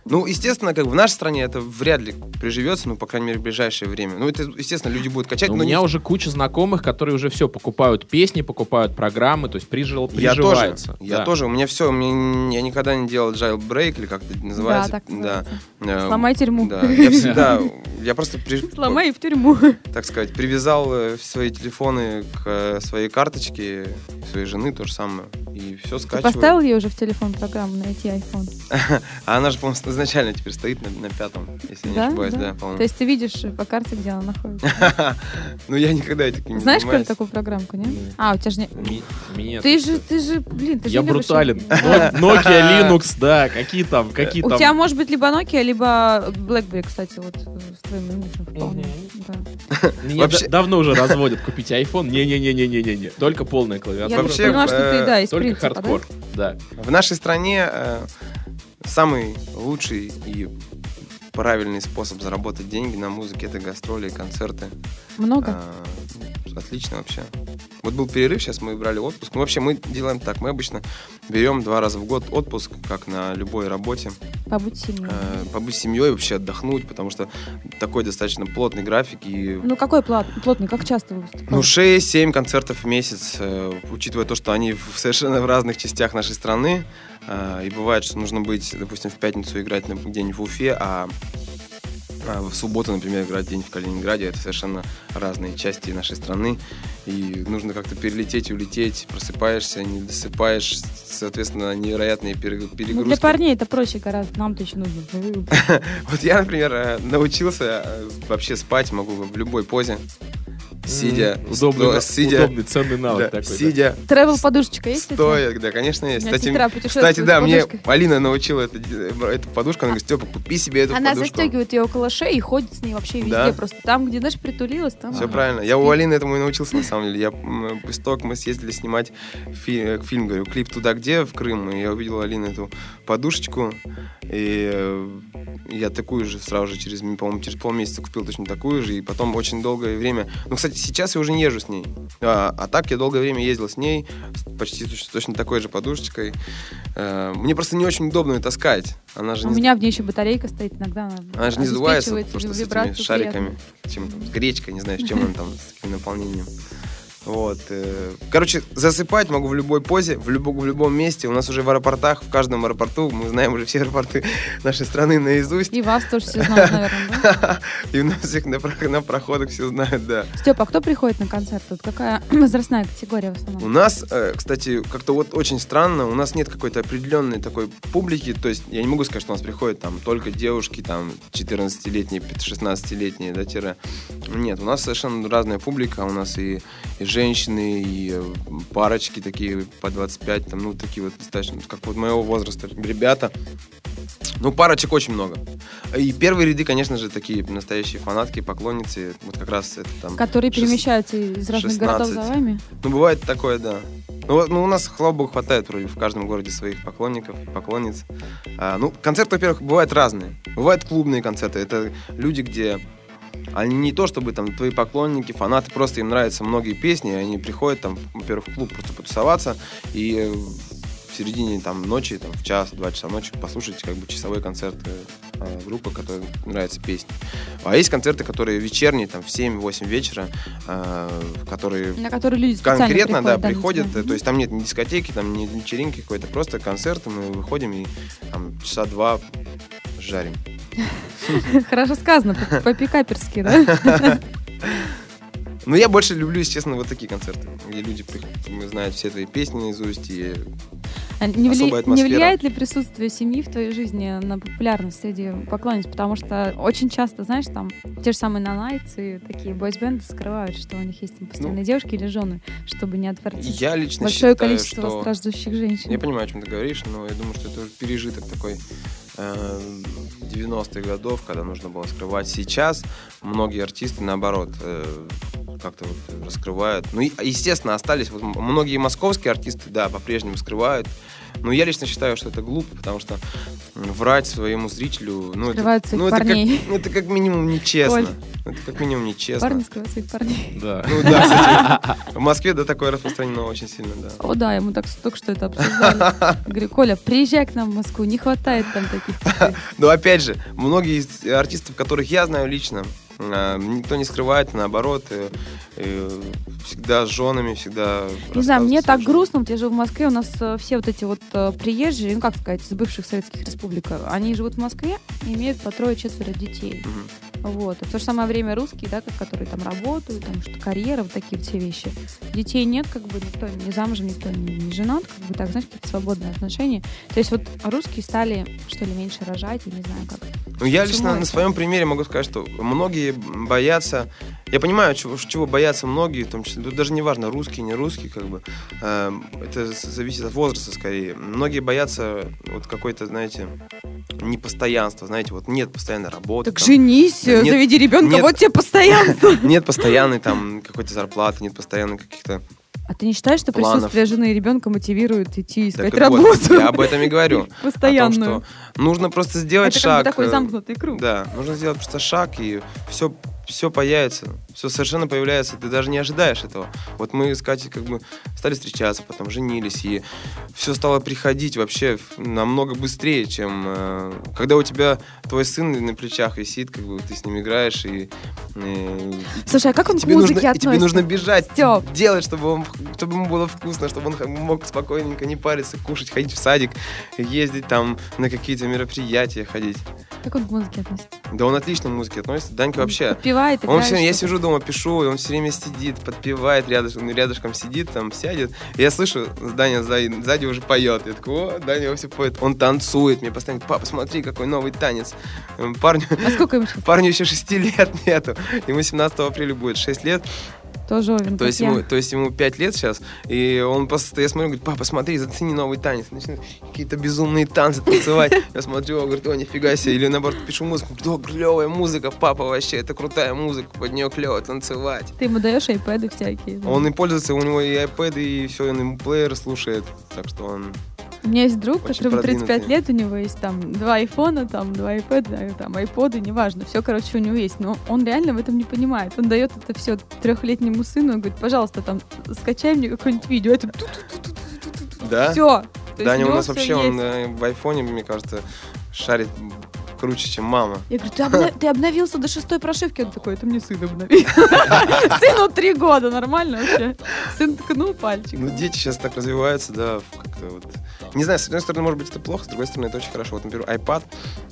Ну, естественно, как бы в нашей стране это вряд ли приживется, ну, по крайней мере, в ближайшее время. Ну, это, естественно, люди будут качать. Но но у меня не... уже куча знакомых, которые уже все покупают песни, покупают программы, то есть прижил, Я приживаются. тоже, я Да. тоже. У меня все, у меня, я никогда не делал jailbreak, или как это называется. Да, так называется. Да. Сломай тюрьму. Да, я всегда, я просто, при- Сломай в тюрьму. так сказать, привязал э, свои телефоны к э, своей карточке, своей жены, то же самое. И все Ты скачиваю. поставил ей уже в телефон программу «Найти айфон»? А она же, по-моему, изначально теперь стоит на, на пятом, если я не Да? ошибаюсь, Да. да, по-моему. То есть ты видишь по карте, где она находится? Ну, я никогда этим не Знаешь, Коля, занимаюсь. такую программку, не? Нет. А, у тебя же не... Ми- Мне Ты тут- же, ты же, блин, ты же Я не любишь- брутален. Да. Но- Nokia, Linux, да, какие там, какие У там. тебя может быть либо Nokia, либо BlackBerry, кстати, вот э, с твоим имиджем вполне. Да. Меня Вообще- да- давно уже разводят купить iPhone. Не-не-не-не-не-не. Только полная клавиатура. Я Вообще, поняла, что ты, э, да, из Только принципа, да? хардкор. Да. В нашей стране э, самый лучший и правильный способ заработать деньги на музыке — это гастроли и концерты. Много? А, отлично вообще. Вот был перерыв, сейчас мы брали отпуск. Ну, вообще мы делаем так. Мы обычно берем два раза в год отпуск, как на любой работе. Побудь сильнее. Э, побыть с семьей, вообще отдохнуть, потому что такой достаточно плотный график. И, Ну, какой плат, плотный, как часто вы выступаете? ну, шесть-семь концертов в месяц, э, учитывая то, что они в совершенно в разных частях нашей страны. Э, и бывает, что нужно быть, допустим, в пятницу играть на день в Уфе, а а в субботу, например, играть день в Калининграде. Это совершенно разные части нашей страны. И нужно как-то перелететь и улететь. Просыпаешься, не досыпаешь. Соответственно, невероятные пере- Ну, перегрузки. для парней это проще гораздо, нам-то еще нужно. Вот я, например, э, научился э, вообще спать могу в любой позе. Сидя. М, Удобный, сто- на- сидя, удобный, ценный навык да, такой. да. сидя, Тревел-подушечка есть? у тебя? стоя, да, конечно, есть. У меня Кстати, сестра путешествует кстати, да, с мне подушкой. Алина научила это, эту подушку. Она говорит: Степа, купи себе эту Она подушку. застегивает ее около шеи и ходит с ней вообще везде. Да. Просто там, где, знаешь, притулилась, там... Все она правильно. Я у спит. Алины этому и научился, на самом деле. Я м, после того, как мы съездили снимать фи- фильм, говорю, клип «Туда где?» в Крым, и я увидел у Алины эту подушечку, и э, я такую же сразу же через, по-моему, через полмесяца купил точно такую же, и потом очень долгое время... Ну, кстати, сейчас я уже не езжу с ней, а, а так я долгое время ездил с ней, с почти точ- точно такой же подушечкой. Э, Мне просто не очень удобно ее таскать. Она же У не меня в ней еще батарейка стоит иногда. Она, Она же не сдувается, обеспечивает потому что с этими вибрацию шариками, приятную. чем, с гречкой, не знаю, с чем он там, с каким наполнением. Вот. э, Короче, засыпать могу в любой позе, в, любом, в любом месте. У нас уже в аэропортах, в каждом аэропорту, мы знаем уже все аэропорты нашей страны наизусть. И вас тоже все знают, наверное, да? И у нас всех на, про- на проходах все знают, да. Степа, а кто приходит на концерт? Вот какая возрастная категория в У основном? нас, э, кстати, как-то вот очень странно, у нас нет какой-то определенной такой публики, то есть я не могу сказать, что у нас приходят там только девушки, там, четырнадцатилетние, шестнадцатилетние, да, тире. Нет, у нас совершенно разная публика, у нас и, и женщины, и э, парочки такие по двадцать пять, там, ну, такие вот достаточно, как вот моего возраста ребята. Ну, парочек очень много. И первые ряды, конечно же, такие настоящие фанатки, поклонницы, вот как раз это там... Которые шест- перемещаются из разных городов за шестнадцать. вами? Ну, бывает такое, да. Ну, вот, ну, у нас, слава богу, хватает вроде в каждом городе своих поклонников, поклонниц. А, ну, концерты, во-первых, бывают разные. Бывают клубные концерты. Это люди, где они не то, чтобы там твои поклонники, фанаты, просто им нравятся многие песни, и они приходят там, во-первых, в клуб просто потусоваться, и э, в середине там ночи, там, в час, два часа ночи послушать как бы часовой концерт э, группы, которой нравятся песни. А есть концерты, которые вечерние, там, в семь-восемь вечера, э, которые На которые люди специально конкретно, да, приходят, приходят, на тебя. то есть там нет ни дискотеки, там ни вечеринки какой-то, просто концерт, и мы выходим и там часа два жарим. Хорошо сказано, по- по-пикаперски, да? Ну, я больше люблю, естественно, вот такие концерты, где люди приходят, знают все твои песни наизусть, и А Не, вли- Особая не атмосфера. влияет ли присутствие семьи в твоей жизни на популярность среди поклонниц? Потому что очень часто, знаешь, там те же самые нанайцы, такие бойсбенды скрывают, что у них есть там постоянные Ну, девушки или жены, чтобы не отвратить я лично большое считаю, количество что... страждущих женщин. Я понимаю, о чем ты говоришь, но я думаю, что это уже пережиток такой э, девяностых годов, когда нужно было скрывать. Сейчас многие артисты, наоборот, э, как-то вот раскрывают. Ну, и, естественно, остались вот многие московские артисты, да, по-прежнему скрывают. Но я лично считаю, что это глупо, потому что врать своему зрителю... Ну, скрывают это, своих ну, это парней. Как, это как минимум нечестно. Оль. Это как минимум нечестно. Парни скрывают своих парней. Да. Ну да, кстати, в Москве, да, такое распространено очень сильно, да. О, да, ему так только что это обсуждали. Говорю, Коля, приезжай к нам в Москву, не хватает там таких. Но опять же, многие из артистов, которых я знаю лично, никто не скрывает, наоборот, и, и всегда с женами, всегда... Не знаю, мне так женами. грустно, вот я живу в Москве, у нас э, все вот эти вот э, приезжие, ну как сказать, из бывших советских республик, они живут в Москве и имеют по трое-четверо детей. Мгм. Вот. И в то же самое время русские, да, как, которые там работают, там что карьера, вот такие вот все вещи. Детей нет, как бы никто не замужем, никто не, не женат, как бы так, знаешь, какие-то свободные отношения. То есть вот русские стали, что ли, меньше рожать, я не знаю как. Ну, я Почему лично это? на своем примере могу сказать, что многие боятся, я понимаю, чего, чего боятся многие, в том числе, тут даже не важно, русские, не русские, как бы, э, это зависит от возраста скорее. Многие боятся вот какой-то, знаете, непостоянства, знаете, вот нет постоянной работы. Так там, женись, нет- заведи ребенка, нет- вот тебе постоянство. Нет постоянной там какой-то зарплаты, нет постоянной каких-то... А ты не считаешь, что Планов. присутствие жены и ребенка мотивирует идти искать Так вот, работу? я об этом и говорю. Постоянную. О том, что нужно просто сделать Это шаг. как бы такой э, замкнутый круг. Да, нужно сделать просто шаг, и все, все появится. Все совершенно появляется, ты даже не ожидаешь этого. Вот мы с Катей как бы стали встречаться, потом женились, и все стало приходить вообще намного быстрее, чем э, когда у тебя твой сын на плечах висит, как бы ты с ним играешь, и, э, и Слушай, а как он к тебе музыке нужно, и относится? тебе нужно бежать, Стёп. делать, чтобы, он, чтобы ему было вкусно, чтобы он х- мог спокойненько не париться, кушать, ходить в садик, ездить там на какие-то мероприятия, ходить. Как он к музыке относится? Да он отлично к музыке относится. Данька вообще... Подпевает, Он играет все, я что-то? сижу дома, пишу, и он все время сидит, подпевает, рядышком, рядышком сидит, там сядет. И я слышу, Даня сзади, сзади уже поет. Я такой, о, Даня его все поет. Он танцует, мне постоянно говорит, папа, смотри, какой новый танец. Эм, Парню, А сколько ему сейчас? парню еще шести лет нету. Ему семнадцатого апреля будет шесть лет. Тоже овен, То как есть, я. ему, то есть ему пять лет сейчас, и он просто, я смотрю, говорит, папа, смотри, зацени новый танец. Начинает какие-то безумные танцы танцевать. Я смотрю, он говорит, о, нифига себе. Или наоборот, пишу музыку, о, клевая музыка, папа, вообще, это крутая музыка, под нее клево танцевать. Ты ему даешь айпэды всякие. да? Он и пользуется, у него и iPad, и все, он ему плеер слушает, так что он... У меня есть друг, Очень которому тридцать пять продвинутый. лет, у него есть там два айфона, там два айпэда, там айподы, неважно. Все, короче, у него есть. Но он реально в этом не понимает. Он дает это все трехлетнему сыну и говорит, пожалуйста, там, скачай мне какое-нибудь видео. Это Да? все. Даня у нас вообще, он э, в айфоне, мне кажется, шарит круче, чем мама. Я говорю, ты, обна- ты обновился до шестой прошивки? Он такой, это мне сын обновил. Сыну три года, нормально вообще? Сын ткнул пальчик. Ну, дети сейчас так развиваются, да, в как-то вот... Не знаю, с одной стороны, может быть, это плохо, с другой стороны, это очень хорошо. Вот, например, iPad,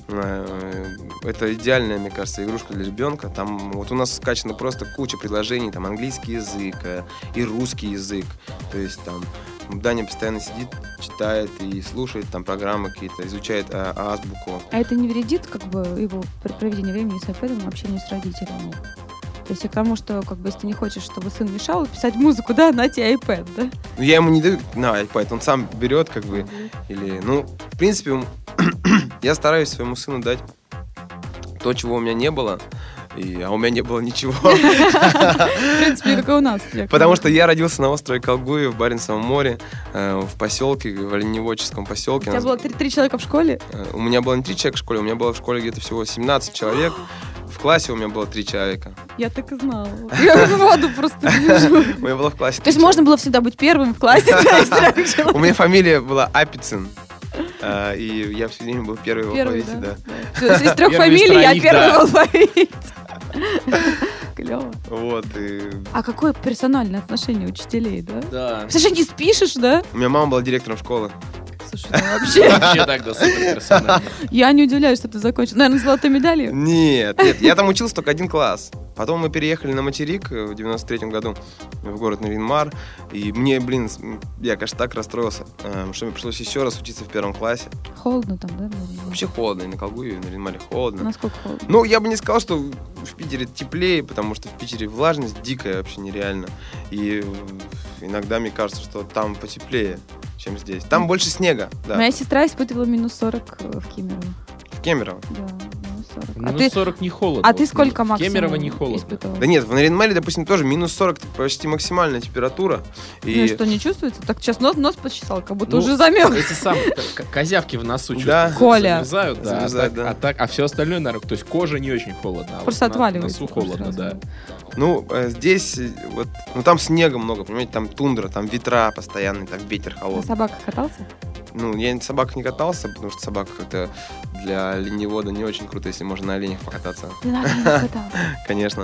э, это идеальная, мне кажется, игрушка для ребенка. Там вот у нас скачано просто куча приложений, там английский язык э, и русский язык. То есть там Даня постоянно сидит, читает и слушает там программы какие-то, изучает э, азбуку. А это не вредит, как бы, его при проведении времени с iPad, общению с родителями? То есть и к тому, что, как бы, если ты не хочешь, чтобы сын мешал писать музыку, да, на тебе iPad, да? Ну, я ему не даю на iPad, он сам берет, как бы, или, ну, в принципе, м, я стараюсь своему сыну дать то, чего у меня не было, и, а у меня не было ничего. В принципе, как и у нас. Потому что я родился на острове Колгуе в Баренцевом море, э, в поселке, в оленеводческом У поселке. тебя Нас- было три, три человека в школе? э, У меня было не три человека в школе, у меня было в школе где-то всего семнадцать человек. В классе у меня было три человека. Я так и знала. Я в воду просто вижу. У меня было в классе То есть три можно было всегда быть первым в классе? то есть трех человека. У человек. меня фамилия была Апицын. э, И я все время был первый в Первый, алфавите, да? да. Всё, Из трех Первый из фамилий я троих, первый да. в алфавите. Клево. Вот, и А какое персональное отношение учителей, да? Да. Слушай, не спишешь, да? у меня мама была директором школы. Слушай, ну вообще, Вообще тогда супер персонально. я не удивляюсь, что ты закончил. Наверное, с золотой медалью? Нет, нет, я там учился только один класс. Потом мы переехали на материк э, в девяносто третьем году в город Нарьян-Мар. И мне, блин, с- м, я, конечно, так расстроился, э, что мне пришлось еще раз учиться в первом классе. Холодно там, да? было? Вообще холодно, и на Колгуе, и на Нарьян-Маре холодно. Насколько холодно? Ну, я бы не сказал, что в Питере теплее, потому что в Питере влажность дикая вообще нереально. И э, иногда мне кажется, что там потеплее, чем здесь. Там больше снега, да. Моя сестра испытывала минус сорок в Кемерово. В Кемерово. Да, минус сорок. А Минус ты, сорок не холодно. а ты сколько В максимум Кемерово не холодно. испытывал? Да нет, в Нарьян-Маре, допустим, тоже минус сорок, почти максимальная температура. Ну И и что, не чувствуется? Так сейчас нос, нос почесал, как будто Ну, уже замерз. Эти самые к- козявки в носу Да. чувствуются, Коля. замерзают, да, Замерзают, а, так, да. а, так, а все остальное, наверное, то есть кожа не очень холодно, а Просто вот на- отваливается. носу холодно, сразу. да. Ну, э, здесь, э, вот, ну там снега много, понимаете, там тундра, там ветра постоянные, там ветер На холодный. собаках катался? Ну, я на собак не катался, потому что собака как-то для оленевода не очень круто, если можно на оленях покататься. Ты на оленях катался? Конечно.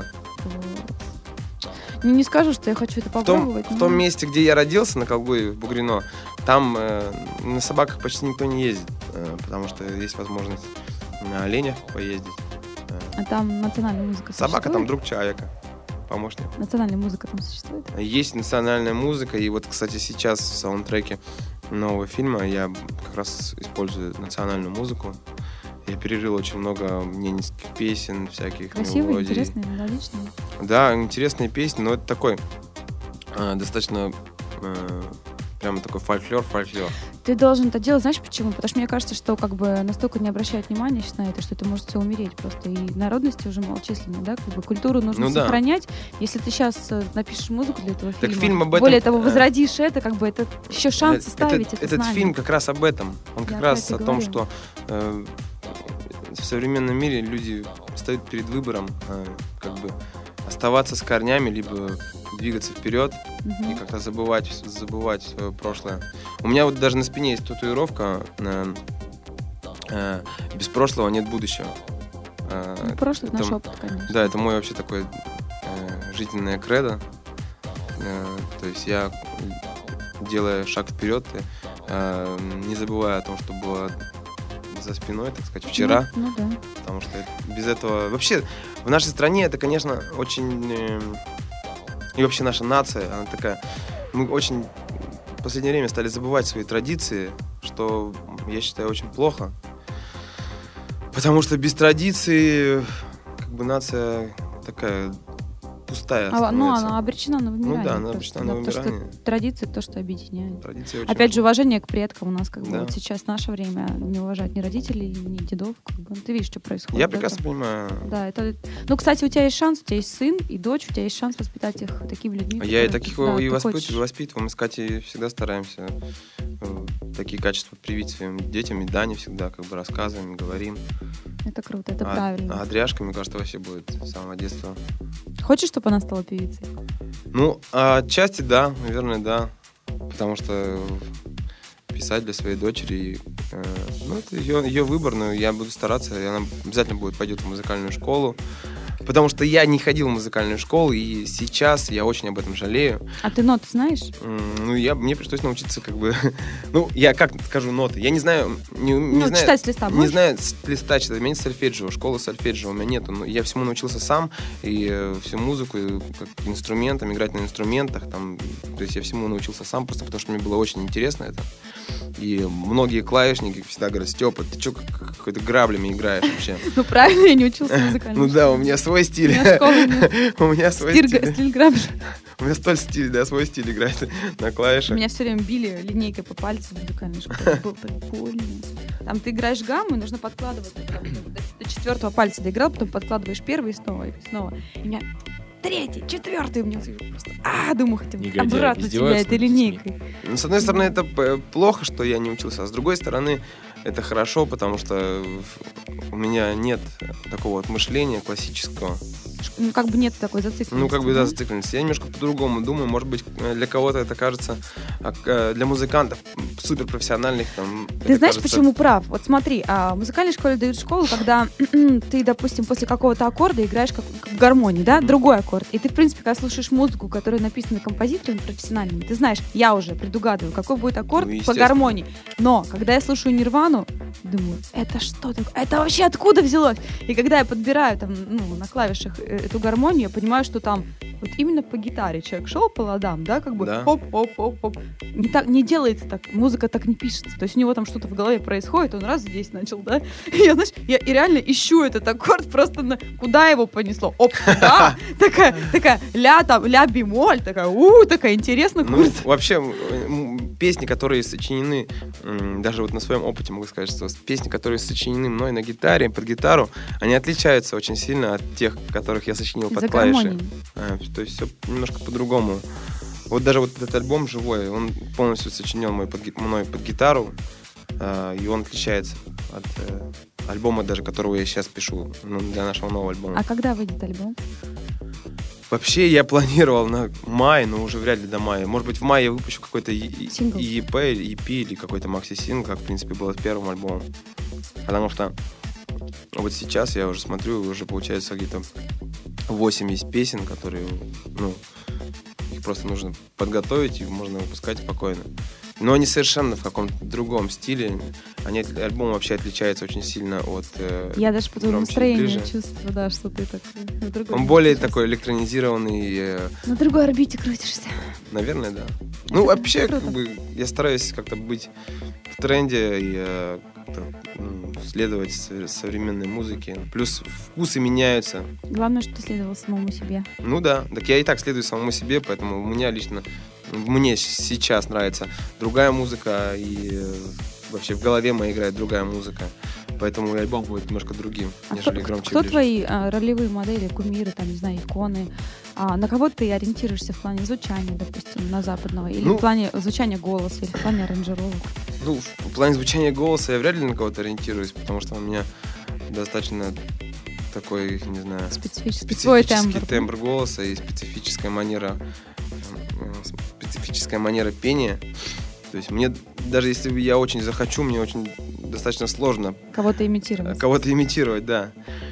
Не, не скажу, что я хочу это В том, попробовать. в но- том месте, где я родился, на Колгуе, в Бугрино, там э, на собаках почти никто не ездит, э, потому что есть возможность на оленях поездить. Э, А там национальная музыка собака там существует? друг человека, помощник. Национальная музыка там существует? Есть национальная музыка, и вот, кстати, сейчас в саундтреке нового фильма я как раз использую национальную музыку. Я перерыл очень много ненецких песен, всяких Красивые, мелодий. интересные, мелодичные. Да, интересные песни, но это такой э, достаточно э, прямо такой фольклор, фольклор. Ты должен это делать, знаешь почему? Потому что мне кажется, что как бы настолько не обращают внимания сейчас на это, что это может все умереть просто. И народности уже малочисленные, да? Как бы культуру нужно Ну да. сохранять. Если ты сейчас напишешь музыку для этого Так фильма, фильм об этом, более того, э, возродишь это, как бы это еще шанс Этот- оставить этот, это этот знание. фильм как раз об этом. Он Я как про раз это о и том, говорю. что э, в современном мире люди встают перед выбором э, как бы оставаться с корнями, либо двигаться вперед Мгм. и как-то забывать, забывать свое прошлое. У меня вот даже на спине есть татуировка э, э, «Без прошлого нет будущего». Э, Ну, прошлый это- наш опыт, конечно. Да, это мой вообще такой э, жизненное кредо. Э, то есть я, делая шаг вперед, э, не забывая о том, что было за спиной, так сказать, вчера. Ну, ну да. Потому что без этого... Вообще, в нашей стране это, конечно, очень... э, и вообще наша нация, она такая... Мы очень в последнее время стали забывать свои традиции, что, я считаю, очень плохо. Потому что без традиции, как бы, нация такая пустая А, ну, становится. она обречена на вымирание. Ну да, она просто, обречена на да, потому вымирание. что традиция — то, что объединяет. Традиции очень Опять же, важны. уважение к предкам у нас, как бы, Да. вот сейчас наше время, не уважать ни родителей, ни дедов, как бы. Ну, ты видишь, что происходит. Я да, прекрасно там. понимаю. Да, это... Ну, кстати, у тебя есть шанс, у тебя есть сын и дочь, у тебя есть шанс воспитать их такими людьми. Я и которые- таких да, и ты воспитываю, хочешь. воспитываем. Мы с Катей всегда стараемся э, такие качества привить своим детям. И Дане всегда как бы рассказываем, говорим. Это круто, это а, правильно. а Адряшка, мне кажется, вообще будет с самого детства. Хочешь, чтобы она стала певицей? Ну, а отчасти да, наверное, да. Потому что писать для своей дочери, э, ну, это ее, ее выбор, но я буду стараться, и она обязательно будет пойдет в музыкальную школу. Потому что я не ходил в музыкальную школу, и сейчас я очень об этом жалею. А ты ноты знаешь? М, Ну, я, мне пришлось научиться как бы... Ну, я как скажу ноты? Я не знаю... Не, не Ну, знаю, читать с листа Не можешь? знаю с листа читать. У меня нет сольфеджио, школы сольфеджио у меня нету. Но я всему научился сам, и э, всю музыку, и как инструментам, играть на инструментах, там, то есть я всему научился сам, просто потому что мне было очень интересно это. И многие клавишники всегда говорят: Степа, ты что, какой-то граблями играешь вообще? Ну, правильно, я не учился музыкальной Ну да, у школе. меня свой стиль. У меня школы нет. У меня свой Стиль, стиль. стиль грабли. У меня столь стиль, да, свой стиль играет на клавишах. Меня все время били линейкой по пальцу в музыкальной школе. Это было так больно. Там ты играешь гамму, и нужно подкладывать. Там, до, до четвертого пальца доиграл, потом подкладываешь первый и снова, и снова. И у меня третий, четвертый, у меня просто, а, думаю, хотя бы Негодяй, обратно тебя издеваются этой над детьми. линейкой. Ну, с одной стороны, это п- плохо, что я не учился, а с другой стороны, это хорошо, потому что в- у меня нет такого вот мышления классического. Ну, как бы нет такой зацикленности. Ну, как бы, да, зацикленности. Я немножко по-другому думаю. Может быть, для кого-то это кажется, а к- для музыкантов суперпрофессиональных, там, Ты это знаешь, кажется- почему прав? Вот смотри, а в музыкальной школе дают школу, когда ты, допустим, после какого-то аккорда играешь как, как в гармонии, да, другой аккорд. И ты, в принципе, когда слушаешь музыку, которая написана композиторами профессиональными, ты знаешь, я уже предугадываю, какой будет аккорд Ну, по естественно. гармонии. Но когда я слушаю Нирвану, думаю, это что такое? Это вообще откуда взялось? И когда я подбираю там, ну, на клавишах э, эту гармонию, я понимаю, что там вот именно по гитаре человек шел по ладам, да, как бы Да. хоп-хоп-хоп-хоп. Не, так, не делается так, музыка так не пишется. То есть у него там что-то в голове происходит, он раз здесь начал, да. И я, знаешь, я и реально ищу этот аккорд просто на куда его понесло. Оп, да, такая, такая ля там, ля бемоль, такая, у, такая интересная Ну, курс. вообще, м, песни, которые сочинены, даже вот на своем опыте могу сказать, что песни, которые сочинены мной на гитаре, под гитару, они отличаются очень сильно от тех, которых я сочинил под клавиши. А, то есть все немножко по-другому. Вот даже вот этот альбом живой, он полностью сочинен мой под, мной под гитару, э, и он отличается от э, альбома, даже которого я сейчас пишу, ну, для нашего нового альбома. А когда выйдет альбом? Вообще я планировал на май, но уже вряд ли до мая. Может быть, в мае я выпущу какой-то и пи, и пи или какой-то макси-сингл, как, в принципе, было с первым альбомом. Потому что вот сейчас я уже смотрю, уже получается где-то восемь есть песен, которые, ну, их просто нужно подготовить, и можно выпускать спокойно. Но они совершенно в каком-то другом стиле. Они, альбом вообще отличается очень сильно от... Э, Я даже по твоему настроению чувствую, да, что ты такой... Он более такой электронизированный. Э, на другой орбите крутишься. Наверное, да. Это ну, вообще, как бы, я стараюсь как-то быть в тренде и э, ну, следовать современной музыке. Плюс вкусы меняются. Главное, что ты следовал самому себе. Ну да, так я и так следую самому себе, поэтому у меня лично... Мне сейчас нравится другая музыка, и вообще в голове моей играет другая музыка. Поэтому и альбом будет немножко другим, а нежели кто, громче. Кто твои а, ролевые модели, кумиры, там, не знаю, иконы? А, на кого ты ориентируешься в плане звучания, допустим, на западного? Или ну, в плане звучания голоса, или в плане аранжировок? Ну, в плане звучания голоса я вряд ли на кого-то ориентируюсь, потому что у меня достаточно такой, не знаю, специфический, специфический тембр. тембр голоса и специфическая манера специфическая манера пения. То есть мне, даже если я очень захочу, мне очень достаточно сложно кого-то имитировать. Кого-то имитировать, да.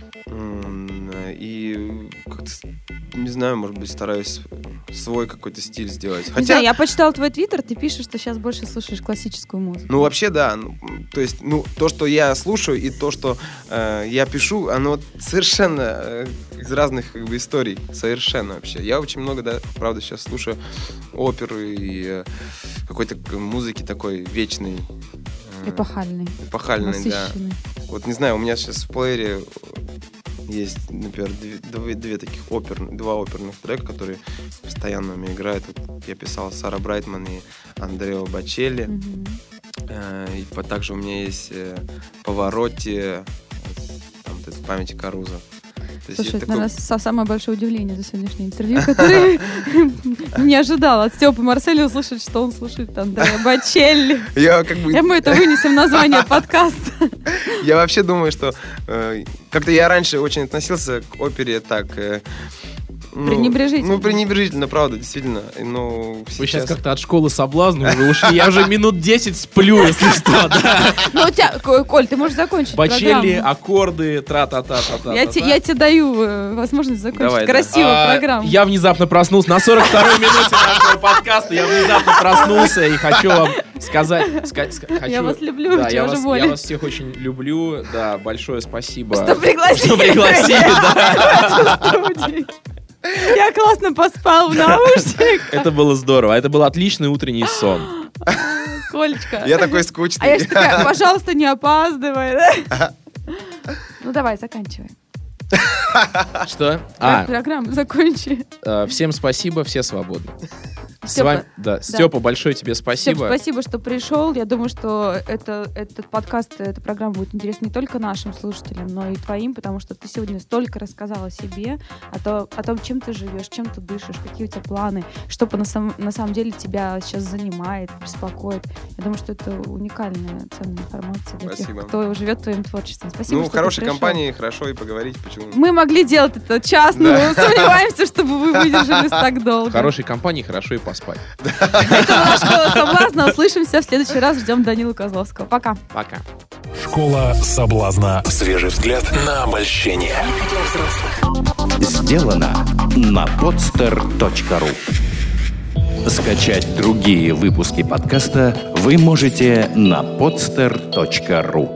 И как-то, не знаю, может быть, стараюсь свой какой-то стиль сделать. Хотя... Не знаю, я почитала твой твиттер, ты пишешь, что сейчас больше слушаешь классическую музыку. Ну, вообще, да. Ну, то есть, ну, то, что я слушаю, и то, что э, я пишу, оно совершенно э, из разных как бы, историй. Совершенно вообще. Я очень много, да, правда, сейчас слушаю оперу и э, какой-то музыки такой вечной. Э, эпохальной. Эпохальной, насыщенной. Да. Вот, не знаю, у меня сейчас в плеере есть, например, две, две, две таких оперных, два оперных трека, которые постоянно у меня играют. Вот я писал Сара Брайтман и Андрео Бочелли. Mm-hmm. Э, и по, также у меня есть э, Паваротти, там, памяти Карузо. Слушай, это, наверное, такой... самое большое удивление за сегодняшнее интервью, которое не ожидал от Степы Марселя услышать, что он слушает Андреа Бочелли. Я как бы... Мы это вынесем в название подкаста. Я вообще думаю, что как-то я раньше очень относился к опере так... Ну, пренебрежительно. Ну, пренебрежительно, правда, действительно. Но сейчас... Вы сейчас как-то от школы соблазна уже ушли. Я уже минут десять сплю, если что. Ну, у тебя, Коль, ты можешь закончить Бочелли, аккорды, тра-та-та-та-та. Я тебе даю возможность закончить красивую программу. Я внезапно проснулся. На сорок второй минуте нашего подкаста я внезапно проснулся и хочу вам сказать... Я вас люблю, чего же более. Я вас всех очень люблю. Да, большое спасибо. Что пригласили. Что пригласили, да. Я классно поспал в наушниках. Это было здорово. Это был отличный утренний сон. Колечка. Я такой скучный. А я же такая, пожалуйста, не опаздывай. Да? Ну давай, заканчивай. Что? А. Программу закончи. Всем спасибо, все свободны. Степа, С вами, да. Да. Степа, большое тебе спасибо. Степ, спасибо, что пришел. Я думаю, что это, этот подкаст, эта программа будет интересна не только нашим слушателям, но и твоим, потому что ты сегодня столько рассказал о себе, о, то, о том, чем ты живешь, чем ты дышишь, какие у тебя планы, что на, сам, на самом деле тебя сейчас занимает, беспокоит. Я думаю, что это уникальная, ценная информация для спасибо. Тех, кто живет твоим творчеством. Спасибо, ну, что в хорошей ты пришел. компании хорошо и поговорить. Почему? Мы могли делать это час, но да. Сомневаемся, чтобы вы выдержали так долго. В хорошей компании хорошо и поспать. Это была «Школа соблазна». Услышимся в следующий раз. Ждем Данилу Козловского. Пока. Пока. Школа соблазна. Свежий взгляд на обольщение. Сделано на подстер точка ру. Скачать другие выпуски подкаста вы можете на подстер точка ру.